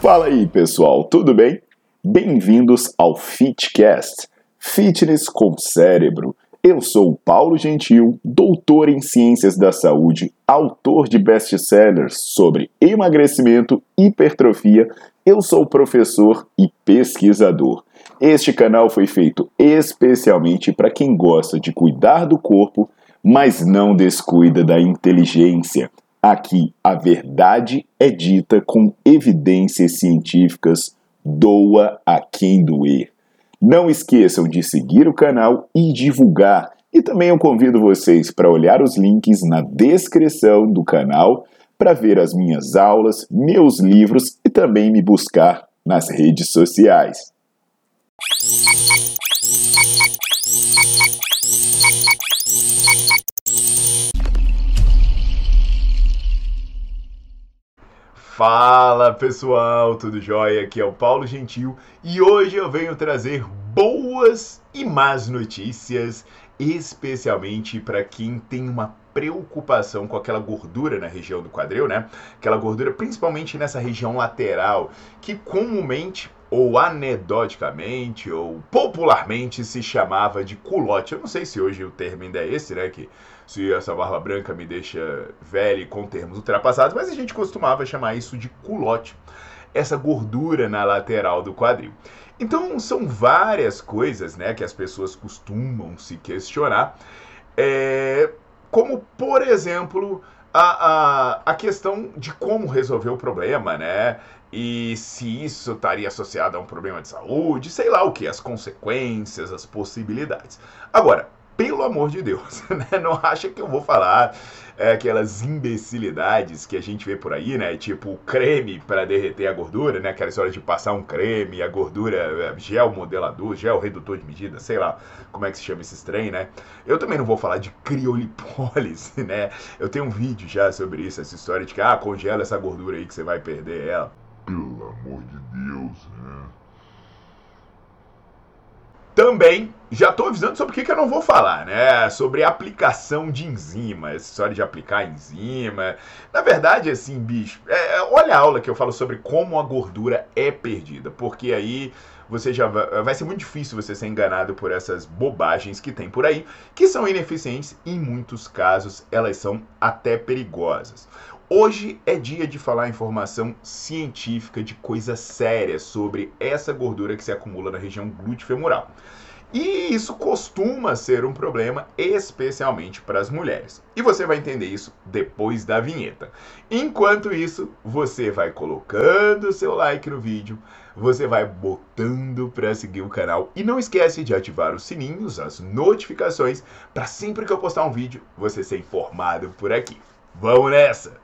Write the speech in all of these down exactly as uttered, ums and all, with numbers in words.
Fala aí, pessoal, tudo bem? Bem-vindos ao Fitcast, Fitness com Cérebro. Eu sou o Paulo Gentil, doutor em Ciências da Saúde, autor de best-sellers sobre emagrecimento, hipertrofia. Eu sou professor e pesquisador. Este canal foi feito especialmente para quem gosta de cuidar do corpo, mas não descuida da inteligência. Aqui, a verdade é dita com evidências científicas, doa a quem doer. Não esqueçam de seguir o canal e divulgar. E também eu convido vocês para olhar os links na descrição do canal para ver as minhas aulas, meus livros e também me buscar nas redes sociais. Fala pessoal, tudo jóia? Aqui é o Paulo Gentil e hoje eu venho trazer boas e más notícias, especialmente para quem tem uma preocupação com aquela gordura na região do quadril, né? Aquela gordura principalmente nessa região lateral, que comumente ou anedoticamente ou popularmente se chamava de culote. Eu não sei se hoje o termo ainda é esse, né? Que se essa barba branca me deixa velho com termos ultrapassados, mas a gente costumava chamar isso de culote, essa gordura na lateral do quadril. Então são várias coisas, né, que as pessoas costumam se questionar, é, como por exemplo a, a, a questão de como resolver o problema, né? E se isso estaria associado a um problema de saúde, sei lá o que, as consequências, as possibilidades. Agora, pelo amor de Deus, né? Não acha que eu vou falar é, aquelas imbecilidades que a gente vê por aí, né? Tipo creme para derreter a gordura, né? Aquela história de passar um creme, a gordura, gel modelador, gel redutor de medida, sei lá como é que se chama esses trem, né? Eu também não vou falar de criolipólise, né? Eu tenho um vídeo já sobre isso, essa história de que, ah, congela essa gordura aí que você vai perder ela. Pelo amor de Deus, né? Também, já estou avisando sobre o que, que eu não vou falar, né? Sobre aplicação de enzima, essa história de aplicar enzima. Na verdade, assim, bicho, é, olha a aula que eu falo sobre como a gordura é perdida, porque aí você já vai, vai ser muito difícil você ser enganado por essas bobagens que tem por aí, que são ineficientes e, em muitos casos, elas são até perigosas. Hoje é dia de falar informação científica de coisa séria sobre essa gordura que se acumula na região glúteo-femoral. E isso costuma ser um problema, especialmente para as mulheres. E você vai entender isso depois da vinheta. Enquanto isso, você vai colocando o seu like no vídeo, você vai botando para seguir o canal e não esquece de ativar os sininhos, as notificações, para sempre que eu postar um vídeo, você ser informado por aqui. Vamos nessa!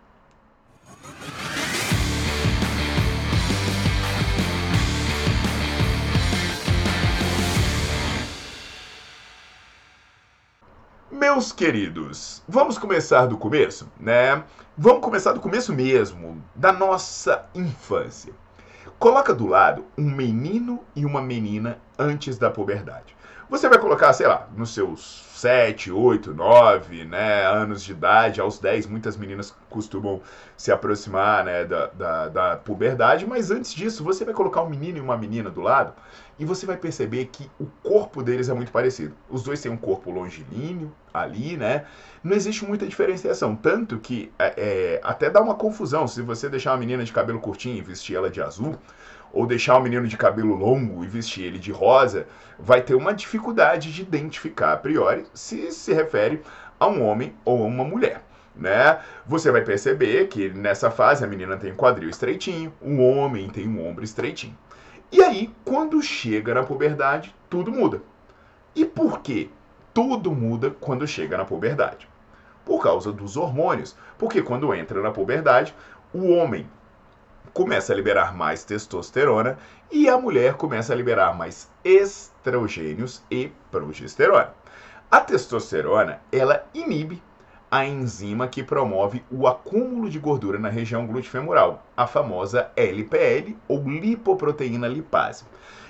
Meus queridos, vamos começar do começo, né? Vamos começar do começo mesmo, da nossa infância. Coloca do lado um menino e uma menina antes da puberdade. Você vai colocar, sei lá, nos seus sete, oito, nove, né, anos de idade, aos dez, muitas meninas costumam se aproximar, né, da, da, da puberdade, mas antes disso, você vai colocar um menino e uma menina do lado e você vai perceber que o corpo deles é muito parecido. Os dois têm um corpo longilíneo ali, né? Não existe muita diferenciação, tanto que é, é, até dá uma confusão se você deixar uma menina de cabelo curtinho e vestir ela de azul, ou deixar o menino de cabelo longo e vestir ele de rosa, vai ter uma dificuldade de identificar a priori se se refere a um homem ou a uma mulher, né? Você vai perceber que nessa fase a menina tem quadril estreitinho, o homem tem um ombro estreitinho. E aí, quando chega na puberdade, tudo muda. E por quê? Tudo muda quando chega na puberdade. Por causa dos hormônios. Porque quando entra na puberdade, o homem começa a liberar mais testosterona e a mulher começa a liberar mais estrogênios e progesterona. A testosterona, ela inibe a enzima que promove o acúmulo de gordura na região glúteo-femoral, a famosa L P L ou lipoproteína lipase.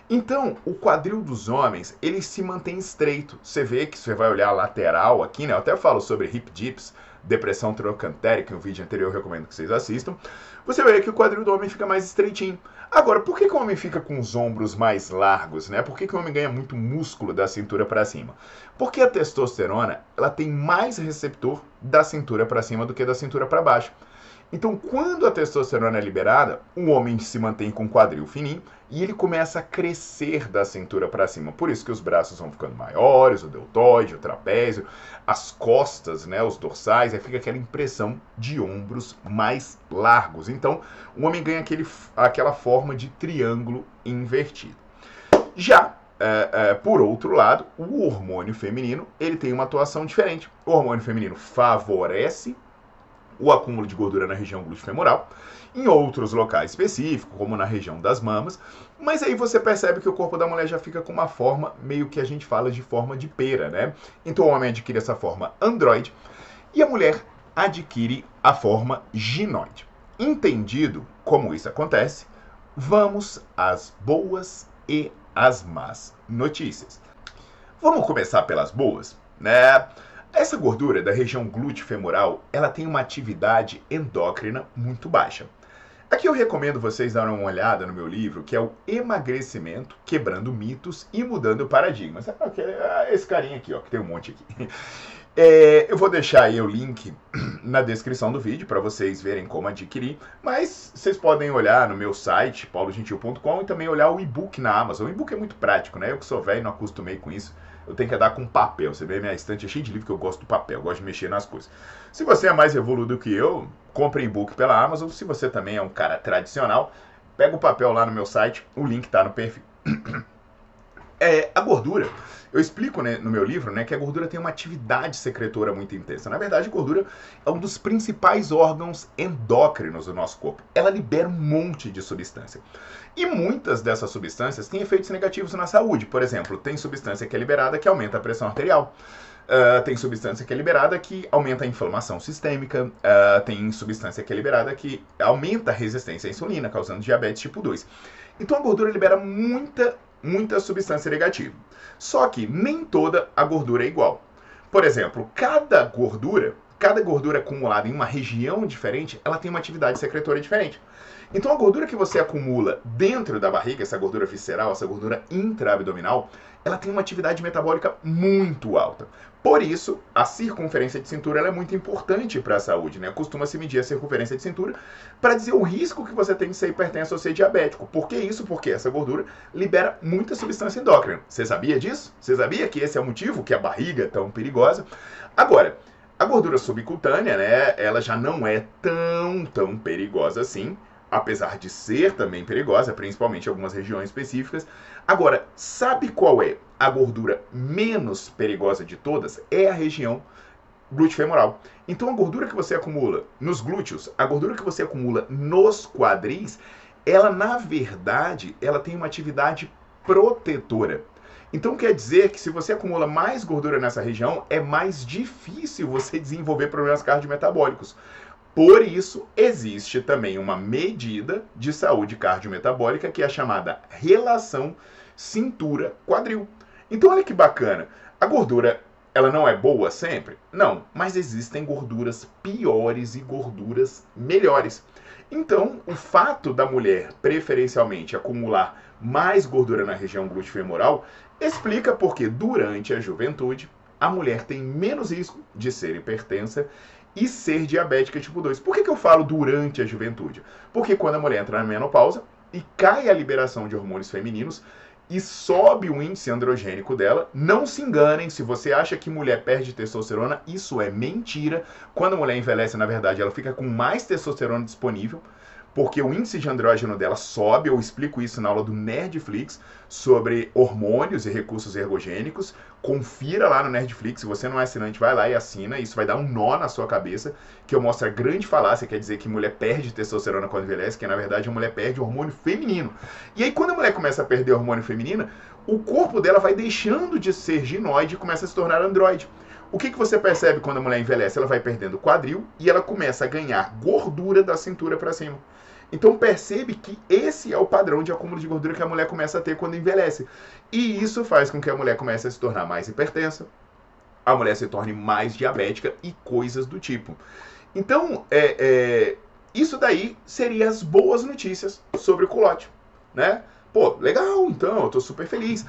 Então, o quadril dos homens, ele se mantém estreito. Você vê que você vai olhar a lateral aqui, né? Eu até falo sobre hip dips, depressão trocantérica, em um vídeo anterior eu recomendo que vocês assistam. Você vê que o quadril do homem fica mais estreitinho. Agora, por que, que o homem fica com os ombros mais largos, né? Por que, que o homem ganha muito músculo da cintura para cima? Porque a testosterona, ela tem mais receptor da cintura para cima do que da cintura para baixo. Então, quando a testosterona é liberada, o homem se mantém com o quadril fininho e ele começa a crescer da cintura para cima. Por isso que os braços vão ficando maiores, o deltoide, o trapézio, as costas, né, os dorsais, aí fica aquela impressão de ombros mais largos. Então, o homem ganha aquele, aquela forma de triângulo invertido. Já É, é, por outro lado, o hormônio feminino ele tem uma atuação diferente. O hormônio feminino favorece o acúmulo de gordura na região glúteo-femoral, em outros locais específicos, como na região das mamas, mas aí você percebe que o corpo da mulher já fica com uma forma meio que a gente fala de forma de pera, né? Então o homem adquire essa forma androide e a mulher adquire a forma ginoide. Entendido como isso acontece, vamos às boas e às más notícias. Vamos começar pelas boas, né? Essa gordura da região glúteo-femoral, ela tem uma atividade endócrina muito baixa. Aqui eu recomendo vocês darem uma olhada no meu livro, que é o Emagrecimento, Quebrando Mitos e Mudando Paradigmas. Esse carinha aqui, ó, que tem um monte aqui. É, eu vou deixar aí o link na descrição do vídeo para vocês verem como adquirir, mas vocês podem olhar no meu site, paulo gentil ponto com, e também olhar o e-book na Amazon. O e-book é muito prático, né? Eu que sou velho não acostumei com isso. Eu tenho que andar com papel. Você vê, minha estante é cheia de livro que eu gosto do papel, eu gosto de mexer nas coisas. Se você é mais evoluído que eu, compre e-book pela Amazon. Se você também é um cara tradicional, pega o papel lá no meu site, o link está no perfil. É, a gordura, eu explico, né, no meu livro, né, que a gordura tem uma atividade secretora muito intensa. Na verdade, a gordura é um dos principais órgãos endócrinos do nosso corpo. Ela libera um monte de substância. E muitas dessas substâncias têm efeitos negativos na saúde. Por exemplo, tem substância que é liberada que aumenta a pressão arterial. Uh, tem substância que é liberada que aumenta a inflamação sistêmica. Uh, tem substância que é liberada que aumenta a resistência à insulina, causando diabetes tipo dois. Então a gordura libera muita muita substância negativa. Só que nem toda a gordura é igual. Por exemplo, cada gordura, cada gordura acumulada em uma região diferente, ela tem uma atividade secretora diferente. Então a gordura que você acumula dentro da barriga, essa gordura visceral, essa gordura intraabdominal, ela tem uma atividade metabólica muito alta. Por isso, a circunferência de cintura ela é muito importante para a saúde, né? Costuma-se medir a circunferência de cintura para dizer o risco que você tem de ser hipertenso ou ser diabético. Por que isso? Porque essa gordura libera muita substância endócrina. Você sabia disso? Você sabia que esse é o motivo que a barriga é tão perigosa? Agora, a gordura subcutânea, né? Ela já não é tão, tão perigosa assim, apesar de ser também perigosa, principalmente em algumas regiões específicas. Agora, sabe qual é a gordura menos perigosa de todas? É a região glúteo-femoral. Então, a gordura que você acumula nos glúteos, a gordura que você acumula nos quadris, ela, na verdade, ela tem uma atividade protetora. Então, quer dizer que se você acumula mais gordura nessa região, é mais difícil você desenvolver problemas cardiometabólicos. Por isso, existe também uma medida de saúde cardiometabólica que é a chamada relação cintura-quadril. Então, olha que bacana. A gordura, ela não é boa sempre? Não, mas existem gorduras piores e gorduras melhores. Então, o fato da mulher, preferencialmente, acumular mais gordura na região glúteo-femoral explica porque, durante a juventude, a mulher tem menos risco de ser hipertensa e ser diabética tipo dois. Por que, que eu falo durante a juventude? Porque quando a mulher entra na menopausa e cai a liberação de hormônios femininos e sobe o índice androgênico dela, não se enganem, se você acha que mulher perde testosterona, isso é mentira. Quando a mulher envelhece, na verdade, ela fica com mais testosterona disponível, porque o índice de andrógeno dela sobe. Eu explico isso na aula do Nerdflix sobre hormônios e recursos ergogênicos. Confira lá no Nerdflix, se você não é assinante, vai lá e assina. Isso vai dar um nó na sua cabeça, que eu mostro a grande falácia, quer dizer que mulher perde testosterona quando envelhece, que na verdade a mulher perde hormônio feminino. E aí quando a mulher começa a perder hormônio feminino, o corpo dela vai deixando de ser ginoide e começa a se tornar androide. O que, que você percebe quando a mulher envelhece? Ela vai perdendo quadril e ela começa a ganhar gordura da cintura para cima. Então percebe que esse é o padrão de acúmulo de gordura que a mulher começa a ter quando envelhece. E isso faz com que a mulher comece a se tornar mais hipertensa, a mulher se torne mais diabética e coisas do tipo. Então, é, é, isso daí seria as boas notícias sobre o culote, né? Pô, legal, então, eu tô super feliz.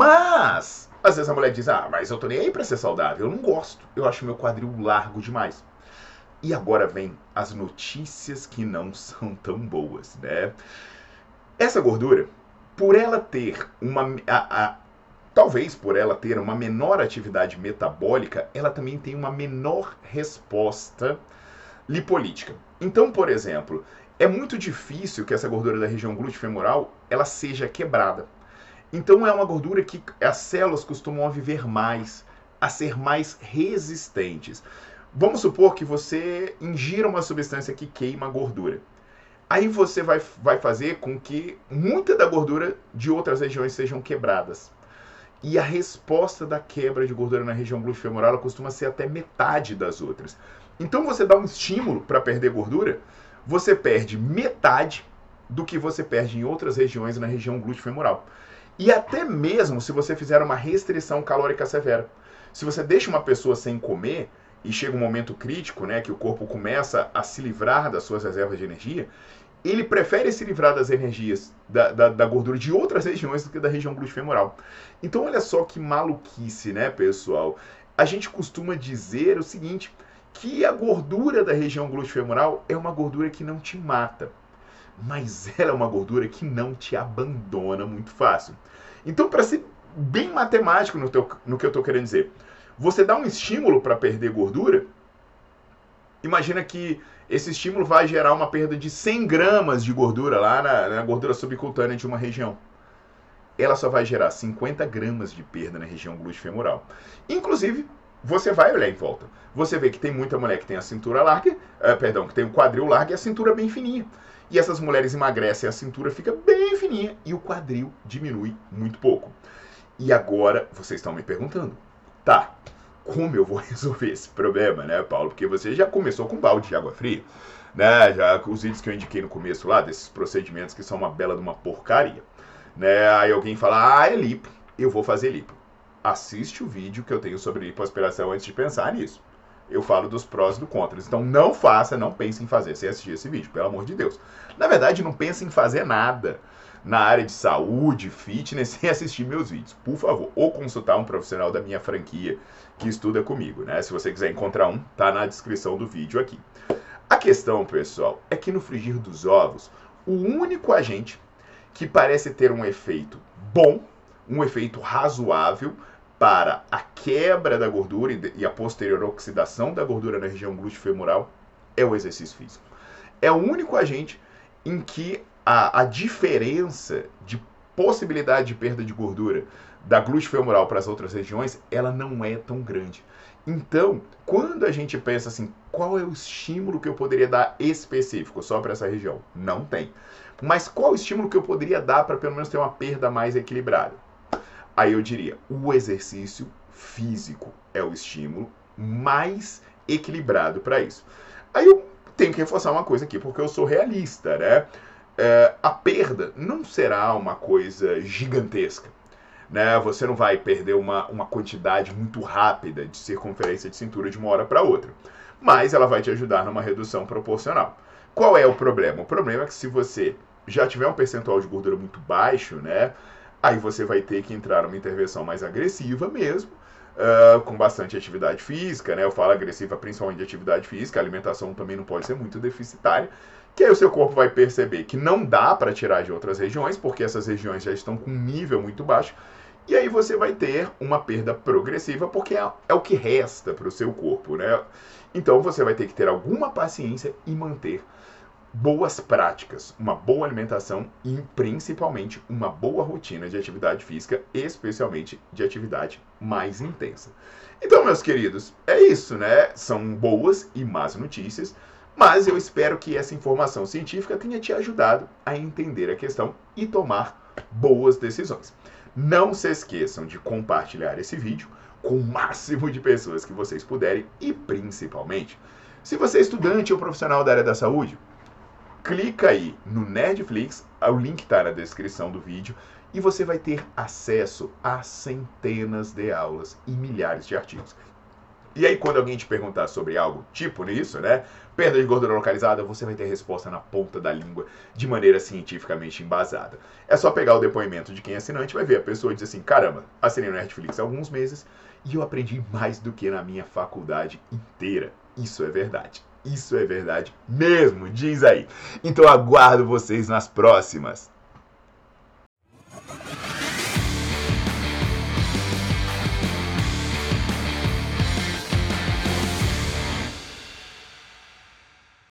Mas, às vezes a mulher diz, ah, mas eu tô nem aí pra ser saudável, eu não gosto, eu acho meu quadril largo demais. E agora vem as notícias que não são tão boas, né? Essa gordura, por ela ter uma... A, a, talvez por ela ter uma menor atividade metabólica, ela também tem uma menor resposta lipolítica. Então, por exemplo, é muito difícil que essa gordura da região glúteo-femoral ela seja quebrada. Então é uma gordura que as células costumam viver mais, a ser mais resistentes. Vamos supor que você ingira uma substância que queima a gordura. Aí você vai, vai fazer com que muita da gordura de outras regiões sejam quebradas. E a resposta da quebra de gordura na região glúteo-femoral ela costuma ser até metade das outras. Então você dá um estímulo para perder gordura, você perde metade do que você perde em outras regiões na região glúteo-femoral. E até mesmo se você fizer uma restrição calórica severa. Se você deixa uma pessoa sem comer e chega um momento crítico, né, que o corpo começa a se livrar das suas reservas de energia, ele prefere se livrar das energias da, da, da gordura de outras regiões do que da região glúteo-femoral. Então olha só que maluquice, né, pessoal? A gente costuma dizer o seguinte, que a gordura da região glúteo-femoral é uma gordura que não te mata, mas ela é uma gordura que não te abandona muito fácil. Então, para ser bem matemático no, teu, no que eu estou querendo dizer, você dá um estímulo para perder gordura, imagina que esse estímulo vai gerar uma perda de cem gramas de gordura lá na, na gordura subcutânea de uma região. Ela só vai gerar cinquenta gramas de perda na região glúteo-femoral. Inclusive, você vai olhar em volta. Você vê que tem muita mulher que tem a cintura larga, uh, perdão, que tem o quadril largo e a cintura bem fininha. E essas mulheres emagrecem, a cintura fica bem fininha e o quadril diminui muito pouco. E agora vocês estão me perguntando, tá, como eu vou resolver esse problema, né, Paulo? Porque você já começou com balde de água fria, né? Já os vídeos que eu indiquei no começo lá, desses procedimentos que são uma bela de uma porcaria, né? Aí alguém fala, ah, é lipo, eu vou fazer lipo. Assiste o vídeo que eu tenho sobre lipoaspiração antes de pensar nisso. Eu falo dos prós e dos contras. Então não faça, não pense em fazer sem assistir esse vídeo, pelo amor de Deus. Na verdade, não pense em fazer nada na área de saúde, fitness, sem assistir meus vídeos. Por favor, ou consultar um profissional da minha franquia que estuda comigo, né? Se você quiser encontrar um, tá na descrição do vídeo aqui. A questão, pessoal, é que no frigir dos ovos, o único agente que parece ter um efeito bom, um efeito razoável para a quebra da gordura e a posterior oxidação da gordura na região glúteo-femoral é o exercício físico. É o único agente em que a, a diferença de possibilidade de perda de gordura da glúteo-femoral para as outras regiões, ela não é tão grande. Então, quando a gente pensa assim, qual é o estímulo que eu poderia dar específico só para essa região? Não tem. Mas qual o estímulo que eu poderia dar para pelo menos ter uma perda mais equilibrada? Aí eu diria, o exercício físico é o estímulo mais equilibrado para isso. Aí eu tenho que reforçar uma coisa aqui, porque eu sou realista, né? É, a perda não será uma coisa gigantesca, né? Você não vai perder uma, uma quantidade muito rápida de circunferência de cintura de uma hora para outra, mas ela vai te ajudar numa redução proporcional. Qual é o problema? O problema é que se você já tiver um percentual de gordura muito baixo, né? Aí você vai ter que entrar numa intervenção mais agressiva mesmo, uh, com bastante atividade física, né? Eu falo agressiva principalmente de atividade física, a alimentação também não pode ser muito deficitária, que aí o seu corpo vai perceber que não dá para tirar de outras regiões, porque essas regiões já estão com um nível muito baixo, e aí você vai ter uma perda progressiva, porque é, é o que resta para o seu corpo, né? Então você vai ter que ter alguma paciência e manter boas práticas, uma boa alimentação e principalmente uma boa rotina de atividade física, especialmente de atividade mais intensa. Então, meus queridos, é isso, né? São boas e más notícias, mas eu espero que essa informação científica tenha te ajudado a entender a questão e tomar boas decisões. Não se esqueçam de compartilhar esse vídeo com o máximo de pessoas que vocês puderem e principalmente, se você é estudante ou profissional da área da saúde, clica aí no Nerdflix, o link está na descrição do vídeo, e você vai ter acesso a centenas de aulas e milhares de artigos. E aí, quando alguém te perguntar sobre algo tipo nisso, né? Perda de gordura localizada, você vai ter a resposta na ponta da língua, de maneira cientificamente embasada. É só pegar o depoimento de quem é assinante, vai ver a pessoa diz assim, caramba, assinei no Netflix há alguns meses e eu aprendi mais do que na minha faculdade inteira. Isso é verdade. Isso é verdade mesmo, diz aí. Então aguardo vocês nas próximas.